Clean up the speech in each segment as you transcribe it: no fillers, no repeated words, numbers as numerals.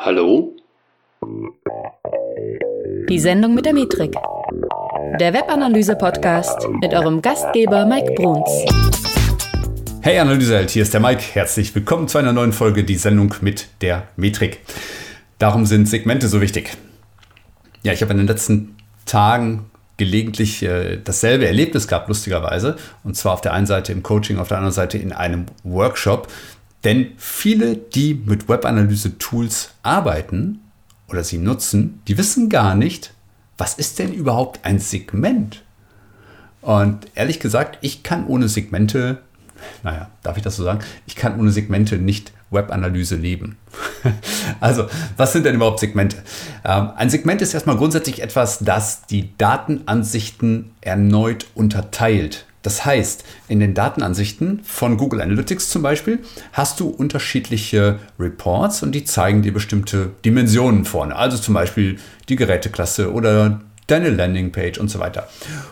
Hallo? Die Sendung mit der Metrik. Der Webanalyse-Podcast mit eurem Gastgeber Mike Bruns. Hey Analyseheld, hier ist der Mike. Herzlich willkommen zu einer neuen Folge, die Sendung mit der Metrik. Darum sind Segmente so wichtig. Ja, ich habe in den letzten Tagen gelegentlich dasselbe Erlebnis gehabt, lustigerweise. Und zwar auf der einen Seite im Coaching, auf der anderen Seite in einem Workshop. Denn viele, die mit Webanalyse-Tools arbeiten oder sie nutzen, die wissen gar nicht, was ist denn überhaupt ein Segment? Und ehrlich gesagt, ich kann ohne Segmente, darf ich das so sagen? Ich kann ohne Segmente nicht Webanalyse leben. Also, was sind denn überhaupt Segmente? Ein Segment ist erstmal grundsätzlich etwas, das die Datenansichten erneut unterteilt. Das heißt, in den Datenansichten von Google Analytics zum Beispiel hast du unterschiedliche Reports und die zeigen dir bestimmte Dimensionen vorne. Also zum Beispiel die Geräteklasse oder deine Landingpage und so weiter.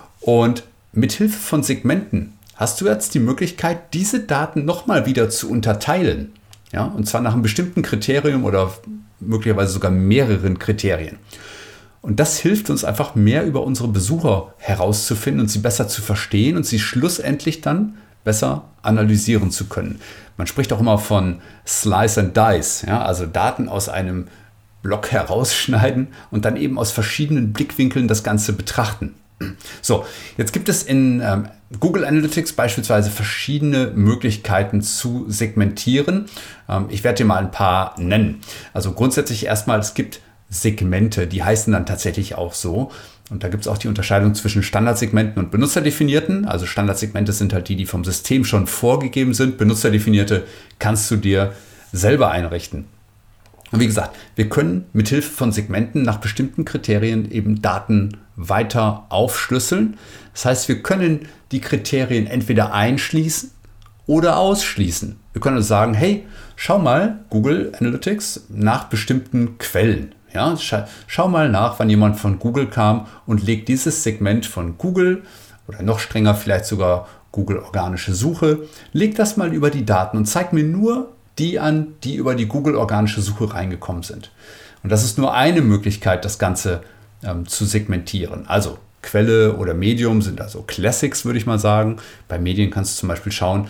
Und mit Hilfe von Segmenten hast du jetzt die Möglichkeit, diese Daten nochmal wieder zu unterteilen. Ja, und zwar nach einem bestimmten Kriterium oder möglicherweise sogar mehreren Kriterien. Und das hilft uns einfach mehr über unsere Besucher herauszufinden und sie besser zu verstehen und sie schlussendlich dann besser analysieren zu können. Man spricht auch immer von Slice and Dice, ja, also Daten aus einem Block herausschneiden und dann eben aus verschiedenen Blickwinkeln das Ganze betrachten. So, jetzt gibt es in Google Analytics beispielsweise verschiedene Möglichkeiten zu segmentieren. Ich werde dir mal ein paar nennen. Also grundsätzlich erstmal, es gibt Segmente, die heißen dann tatsächlich auch so. Und da gibt es auch die Unterscheidung zwischen Standardsegmenten und benutzerdefinierten. Also Standardsegmente sind halt die, die vom System schon vorgegeben sind. Benutzerdefinierte kannst du dir selber einrichten. Und wie gesagt, wir können mit Hilfe von Segmenten nach bestimmten Kriterien eben Daten weiter aufschlüsseln. Das heißt, wir können die Kriterien entweder einschließen oder ausschließen. Wir können also sagen, hey, schau mal Google Analytics nach bestimmten Quellen. Ja, schau mal nach, wann jemand von Google kam und leg dieses Segment von Google oder noch strenger vielleicht sogar Google organische Suche, leg das mal über die Daten und zeig mir nur die an, die über die Google organische Suche reingekommen sind. Und das ist nur eine Möglichkeit, das Ganze zu segmentieren. Also Quelle oder Medium sind also Classics, würde ich mal sagen. Bei Medien kannst du zum Beispiel schauen,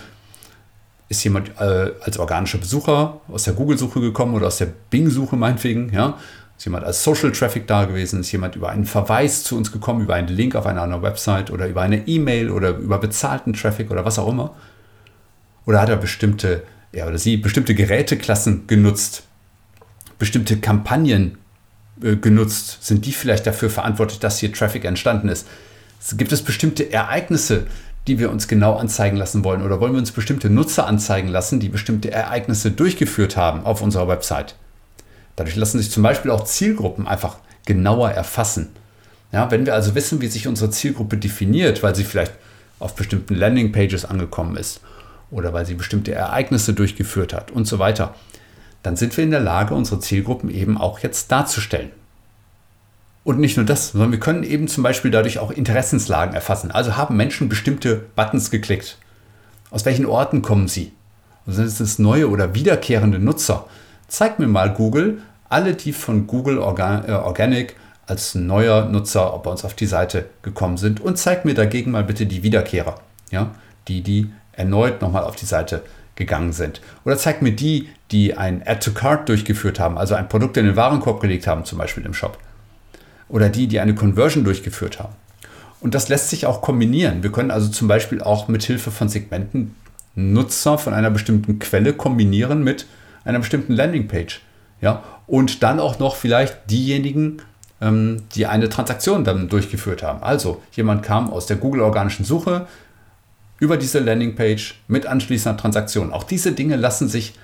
ist jemand als organischer Besucher aus der Google-Suche gekommen oder aus der Bing-Suche meinetwegen, ja? Ist jemand als Social Traffic da gewesen? Ist jemand über einen Verweis zu uns gekommen, über einen Link auf einer anderen Website oder über eine E-Mail oder über bezahlten Traffic oder was auch immer? Oder hat er bestimmte Geräteklassen genutzt, bestimmte Kampagnen genutzt? Sind die vielleicht dafür verantwortlich, dass hier Traffic entstanden ist? Gibt es bestimmte Ereignisse, die wir uns genau anzeigen lassen wollen? Oder wollen wir uns bestimmte Nutzer anzeigen lassen, die bestimmte Ereignisse durchgeführt haben auf unserer Website? Dadurch lassen sich zum Beispiel auch Zielgruppen einfach genauer erfassen. Ja, wenn wir also wissen, wie sich unsere Zielgruppe definiert, weil sie vielleicht auf bestimmten Landingpages angekommen ist oder weil sie bestimmte Ereignisse durchgeführt hat und so weiter, dann sind wir in der Lage, unsere Zielgruppen eben auch jetzt darzustellen. Und nicht nur das, sondern wir können eben zum Beispiel dadurch auch Interessenslagen erfassen. Also haben Menschen bestimmte Buttons geklickt. Aus welchen Orten kommen sie? Sind es neue oder wiederkehrende Nutzer? Zeig mir mal Google, alle, die von Google Organic als neuer Nutzer bei uns auf die Seite gekommen sind und zeig mir dagegen mal bitte die Wiederkehrer, ja, die erneut nochmal auf die Seite gegangen sind. Oder zeig mir die ein Add to Cart durchgeführt haben, also ein Produkt in den Warenkorb gelegt haben, zum Beispiel im Shop. Oder die eine Conversion durchgeführt haben. Und das lässt sich auch kombinieren. Wir können also zum Beispiel auch mit Hilfe von Segmenten Nutzer von einer bestimmten Quelle kombinieren mit einer bestimmten Landingpage. Ja? Und dann auch noch vielleicht diejenigen, die eine Transaktion dann durchgeführt haben. Also jemand kam aus der Google organischen Suche über diese Landingpage mit anschließender Transaktion. Auch diese Dinge lassen sich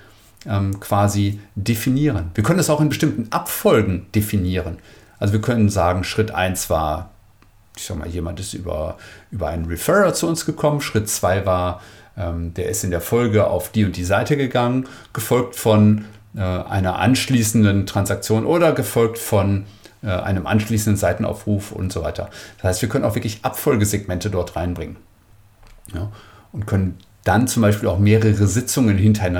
quasi definieren. Wir können es auch in bestimmten Abfolgen definieren. Also wir können sagen, Schritt 1 war, jemand ist über einen Referrer zu uns gekommen. Schritt 2 war, der ist in der Folge auf die und die Seite gegangen, gefolgt von einer anschließenden Transaktion oder gefolgt von einem anschließenden Seitenaufruf und so weiter. Das heißt, wir können auch wirklich Abfolgesegmente dort reinbringen. Ja, und können dann zum Beispiel auch mehrere Sitzungen hintereinander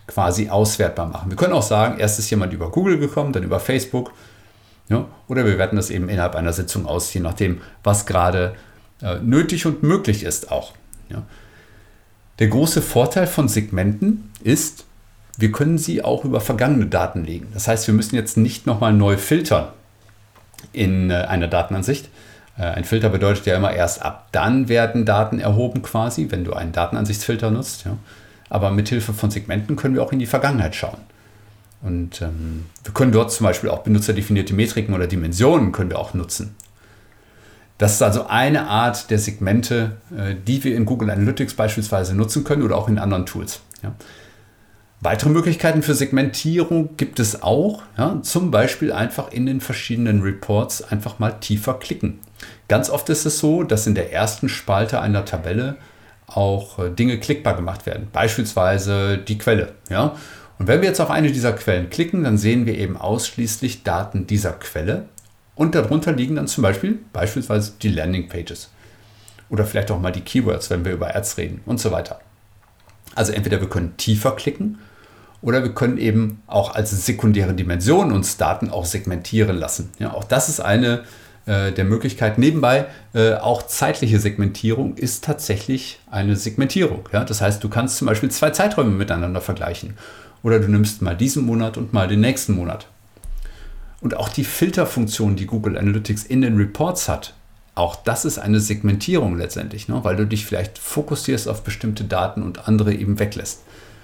quasi auswertbar machen. Wir können auch sagen, erst ist jemand über Google gekommen, dann über Facebook. Ja, oder wir werten das eben innerhalb einer Sitzung aus, je nachdem, was gerade nötig und möglich ist auch. Ja. Der große Vorteil von Segmenten ist, wir können sie auch über vergangene Daten legen. Das heißt, wir müssen jetzt nicht nochmal neu filtern in einer Datenansicht. Ein Filter bedeutet ja immer, erst ab dann werden Daten erhoben quasi, wenn du einen Datenansichtsfilter nutzt. Ja. Aber mithilfe von Segmenten können wir auch in die Vergangenheit schauen. Und wir können dort zum Beispiel auch benutzerdefinierte Metriken oder Dimensionen können wir auch nutzen. Das ist also eine Art der Segmente, die wir in Google Analytics beispielsweise nutzen können oder auch in anderen Tools. Ja. Weitere Möglichkeiten für Segmentierung gibt es auch. Ja, zum Beispiel einfach in den verschiedenen Reports einfach mal tiefer klicken. Ganz oft ist es so, dass in der ersten Spalte einer Tabelle auch Dinge klickbar gemacht werden. Beispielsweise die Quelle. Ja. Und wenn wir jetzt auf eine dieser Quellen klicken, dann sehen wir eben ausschließlich Daten dieser Quelle. Und darunter liegen dann beispielsweise die Landingpages. Oder vielleicht auch mal die Keywords, wenn wir über Ads reden und so weiter. Also entweder wir können tiefer klicken oder wir können eben auch als sekundäre Dimension uns Daten auch segmentieren lassen. Ja, auch das ist eine der Möglichkeiten. Nebenbei auch zeitliche Segmentierung ist tatsächlich eine Segmentierung. Ja? Das heißt, du kannst zum Beispiel 2 Zeiträume miteinander vergleichen. Oder du nimmst mal diesen Monat und mal den nächsten Monat. Und auch die Filterfunktion, die Google Analytics in den Reports hat, auch das ist eine Segmentierung letztendlich, ne? Weil du dich vielleicht fokussierst auf bestimmte Daten und andere eben weglässt.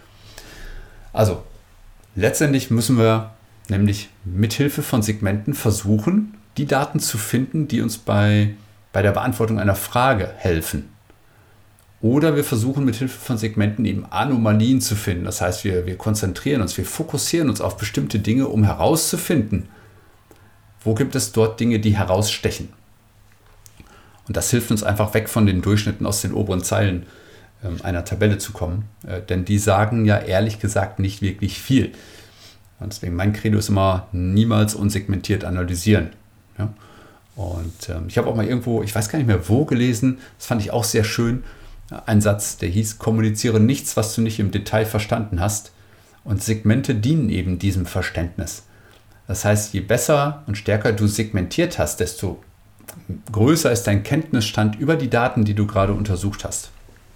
Also letztendlich müssen wir nämlich mithilfe von Segmenten versuchen, die Daten zu finden, die uns bei der Beantwortung einer Frage helfen. Oder wir versuchen mithilfe von Segmenten eben Anomalien zu finden. Das heißt, wir konzentrieren uns, wir fokussieren uns auf bestimmte Dinge, um herauszufinden, wo gibt es dort Dinge, die herausstechen. Und das hilft uns einfach weg von den Durchschnitten aus den oberen Zeilen einer Tabelle zu kommen. Denn die sagen ja ehrlich gesagt nicht wirklich viel. Und deswegen mein Credo ist immer, niemals unsegmentiert analysieren. Ja? Und ich habe auch mal irgendwo, ich weiß gar nicht mehr wo, gelesen, das fand ich auch sehr schön, ein Satz, der hieß, kommuniziere nichts, was du nicht im Detail verstanden hast. Und Segmente dienen eben diesem Verständnis. Das heißt, je besser und stärker du segmentiert hast, desto größer ist dein Kenntnisstand über die Daten, die du gerade untersucht hast.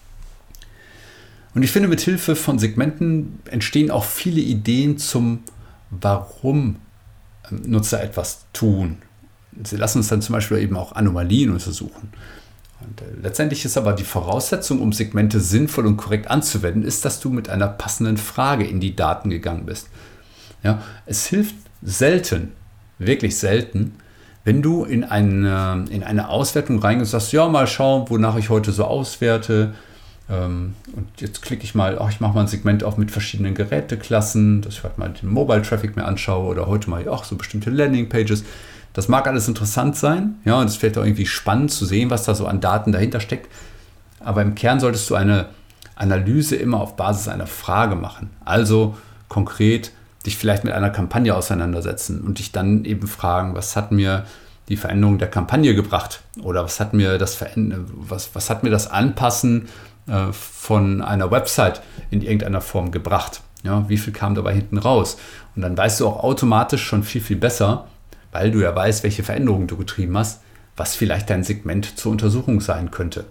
Und ich finde, mit Hilfe von Segmenten entstehen auch viele Ideen zum, warum Nutzer etwas tun. Sie lassen uns dann zum Beispiel eben auch Anomalien untersuchen. Und letztendlich ist aber die Voraussetzung, um Segmente sinnvoll und korrekt anzuwenden, ist, dass du mit einer passenden Frage in die Daten gegangen bist. Ja, es hilft selten, wirklich selten, wenn du in eine Auswertung reingehst und sagst, ja, mal schauen, wonach ich heute so auswerte. Und jetzt klicke ich mal, ich mache mal ein Segment auf mit verschiedenen Geräteklassen, dass ich halt mal den Mobile Traffic mir anschaue oder heute mal so bestimmte Landingpages. Das mag alles interessant sein, ja, und es ist vielleicht auch irgendwie spannend zu sehen, was da so an Daten dahinter steckt. Aber im Kern solltest du eine Analyse immer auf Basis einer Frage machen. Also konkret dich vielleicht mit einer Kampagne auseinandersetzen und dich dann eben fragen, was hat mir die Veränderung der Kampagne gebracht? Oder was hat mir das Anpassen von einer Website in irgendeiner Form gebracht? Ja, wie viel kam dabei hinten raus? Und dann weißt du auch automatisch schon viel, viel besser, weil du ja weißt, welche Veränderungen du getrieben hast, was vielleicht dein Segment zur Untersuchung sein könnte.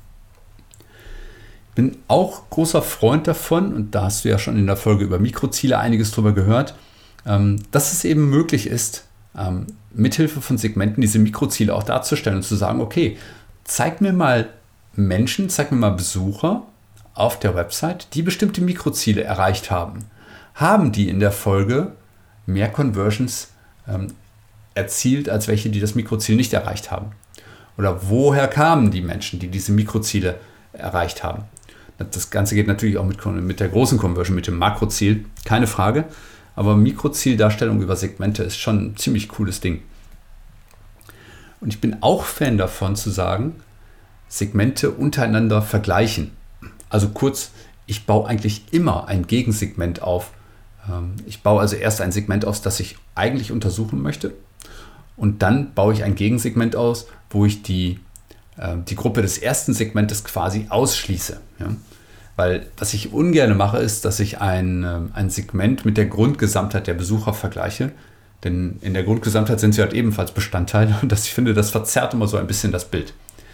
Ich bin auch großer Freund davon, und da hast du ja schon in der Folge über Mikroziele einiges drüber gehört, dass es eben möglich ist, mithilfe von Segmenten diese Mikroziele auch darzustellen und zu sagen, okay, zeig mir mal Menschen, zeig mir mal Besucher auf der Website, die bestimmte Mikroziele erreicht haben. Haben die in der Folge mehr Conversions erzielt, als welche, die das Mikroziel nicht erreicht haben? Oder woher kamen die Menschen, die diese Mikroziele erreicht haben? Das Ganze geht natürlich auch mit der großen Conversion, mit dem Makroziel, keine Frage. Aber Mikrozieldarstellung über Segmente ist schon ein ziemlich cooles Ding. Und ich bin auch Fan davon zu sagen, Segmente untereinander vergleichen. Also kurz, ich baue eigentlich immer ein Gegensegment auf. Ich baue also erst ein Segment aus, das ich eigentlich untersuchen möchte. Und dann baue ich ein Gegensegment aus, wo ich die Gruppe des ersten Segmentes quasi ausschließe. Ja? Weil was ich ungern mache, ist, dass ich ein Segment mit der Grundgesamtheit der Besucher vergleiche. Denn in der Grundgesamtheit sind sie halt ebenfalls Bestandteil. Und ich finde, das verzerrt immer so ein bisschen das Bild.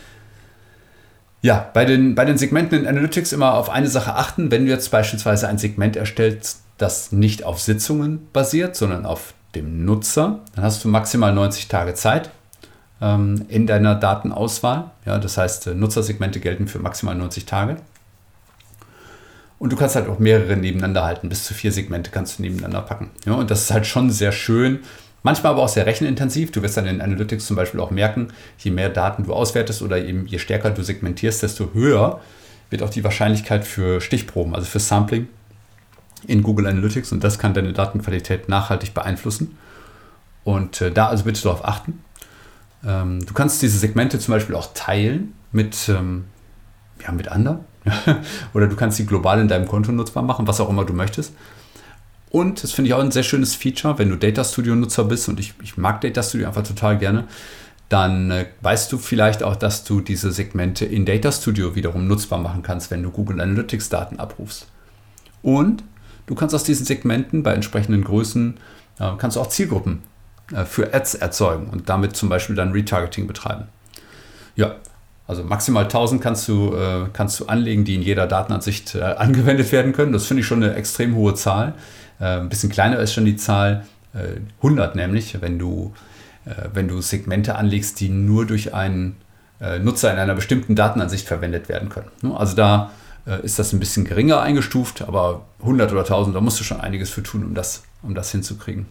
Ja, bei den Segmenten in Analytics immer auf eine Sache achten. Wenn du jetzt beispielsweise ein Segment erstellst, das nicht auf Sitzungen basiert, sondern auf dem Nutzer, dann hast du maximal 90 Tage Zeit in deiner Datenauswahl. Ja, das heißt, Nutzersegmente gelten für maximal 90 Tage. Und du kannst halt auch mehrere nebeneinander halten. Bis zu 4 Segmente kannst du nebeneinander packen. Ja, und das ist halt schon sehr schön. Manchmal aber auch sehr rechenintensiv. Du wirst dann in Analytics zum Beispiel auch merken, je mehr Daten du auswertest oder eben je stärker du segmentierst, desto höher wird auch die Wahrscheinlichkeit für Stichproben, also für Sampling in Google Analytics. Und das kann deine Datenqualität nachhaltig beeinflussen. Und da also bitte darauf achten. Du kannst diese Segmente zum Beispiel auch teilen mit anderen. Oder du kannst sie global in deinem Konto nutzbar machen, was auch immer du möchtest. Und das finde ich auch ein sehr schönes Feature, wenn du Data Studio-Nutzer bist, und ich mag Data Studio einfach total gerne, dann weißt du vielleicht auch, dass du diese Segmente in Data Studio wiederum nutzbar machen kannst, wenn du Google Analytics-Daten abrufst. Und du kannst aus diesen Segmenten bei entsprechenden Größen, kannst du auch Zielgruppen für Ads erzeugen und damit zum Beispiel dann Retargeting betreiben. Ja, also maximal 1000 kannst du anlegen, die in jeder Datenansicht angewendet werden können. Das finde ich schon eine extrem hohe Zahl. Ein bisschen kleiner ist schon die Zahl 100, nämlich wenn du Segmente anlegst, die nur durch einen Nutzer in einer bestimmten Datenansicht verwendet werden können. Also da ist das ein bisschen geringer eingestuft, aber 100 oder 1000, da musst du schon einiges für tun, um das hinzukriegen.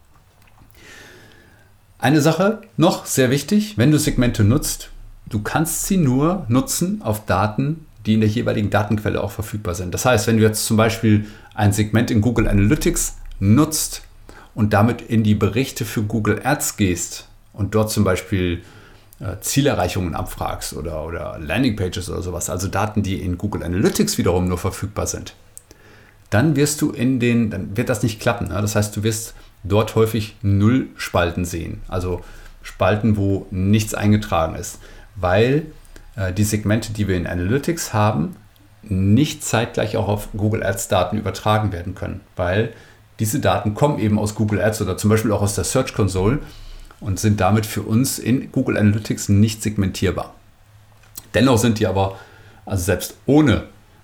Eine Sache noch sehr wichtig, wenn du Segmente nutzt, du kannst sie nur nutzen auf Daten, die in der jeweiligen Datenquelle auch verfügbar sind. Das heißt, wenn du jetzt zum Beispiel ein Segment in Google Analytics nutzt und damit in die Berichte für Google Ads gehst und dort zum Beispiel Zielerreichungen abfragst oder Landingpages oder sowas, also Daten, die in Google Analytics wiederum nur verfügbar sind, dann wird das nicht klappen. Ne? Das heißt, du wirst dort häufig Nullspalten sehen, also Spalten, wo nichts eingetragen ist, weil die Segmente, die wir in Analytics haben, nicht zeitgleich auch auf Google Ads Daten übertragen werden können, weil diese Daten kommen eben aus Google Ads oder zum Beispiel auch aus der Search Console und sind damit für uns in Google Analytics nicht segmentierbar. Dennoch sind die aber, also selbst ohne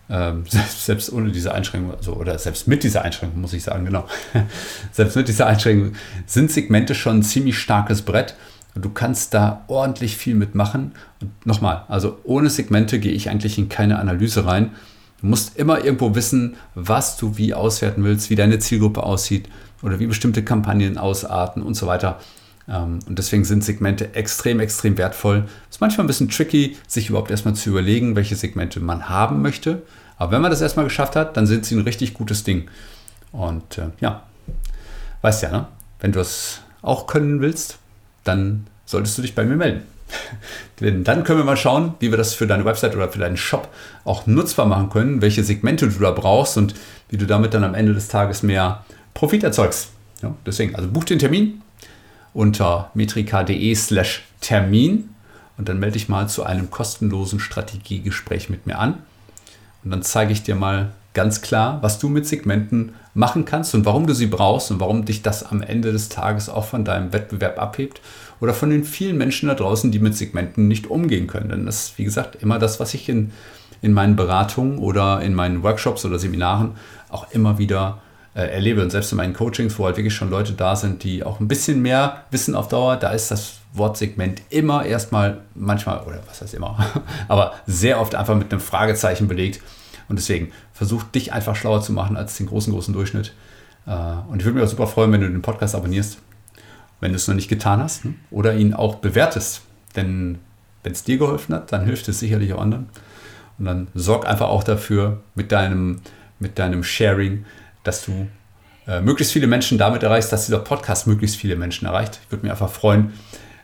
diese Einschränkung, oder selbst mit dieser Einschränkung, muss ich sagen, genau, selbst mit dieser Einschränkung sind Segmente schon ein ziemlich starkes Brett. Du kannst da ordentlich viel mitmachen. Und nochmal, also ohne Segmente gehe ich eigentlich in keine Analyse rein. Du musst immer irgendwo wissen, was du wie auswerten willst, wie deine Zielgruppe aussieht oder wie bestimmte Kampagnen ausarten und so weiter. Und deswegen sind Segmente extrem, extrem wertvoll. Es ist manchmal ein bisschen tricky, sich überhaupt erstmal zu überlegen, welche Segmente man haben möchte. Aber wenn man das erstmal geschafft hat, dann sind sie ein richtig gutes Ding. Und weißt ja, ne? Wenn du es auch können willst, dann solltest du dich bei mir melden. Denn dann können wir mal schauen, wie wir das für deine Website oder für deinen Shop auch nutzbar machen können, welche Segmente du da brauchst und wie du damit dann am Ende des Tages mehr Profit erzeugst. Ja, deswegen, also buch den Termin unter metrika.de/Termin und dann melde dich mal zu einem kostenlosen Strategiegespräch mit mir an. Und dann zeige ich dir mal ganz klar, was du mit Segmenten machen kannst und warum du sie brauchst und warum dich das am Ende des Tages auch von deinem Wettbewerb abhebt oder von den vielen Menschen da draußen, die mit Segmenten nicht umgehen können. Denn das ist, wie gesagt, immer das, was ich in meinen Beratungen oder in meinen Workshops oder Seminaren auch immer wieder erlebe. Und selbst in meinen Coachings, wo halt wirklich schon Leute da sind, die auch ein bisschen mehr wissen auf Dauer, da ist das Wort Segment immer erstmal manchmal, oder was heißt immer, aber sehr oft einfach mit einem Fragezeichen belegt. Und deswegen versuch dich einfach schlauer zu machen als den großen Durchschnitt. Und ich würde mich auch super freuen, wenn du den Podcast abonnierst, wenn du es noch nicht getan hast, ne? Oder ihn auch bewertest. Denn wenn es dir geholfen hat, dann hilft es sicherlich auch anderen. Und dann sorg einfach auch dafür mit deinem Sharing, dass du möglichst viele Menschen damit erreichst, dass dieser Podcast möglichst viele Menschen erreicht. Ich würde mich einfach freuen,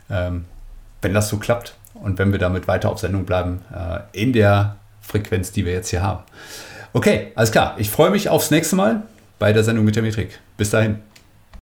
wenn das so klappt und wenn wir damit weiter auf Sendung bleiben in der Frequenz, die wir jetzt hier haben. Okay, alles klar. Ich freue mich aufs nächste Mal bei der Sendung mit der Metrik. Bis dahin.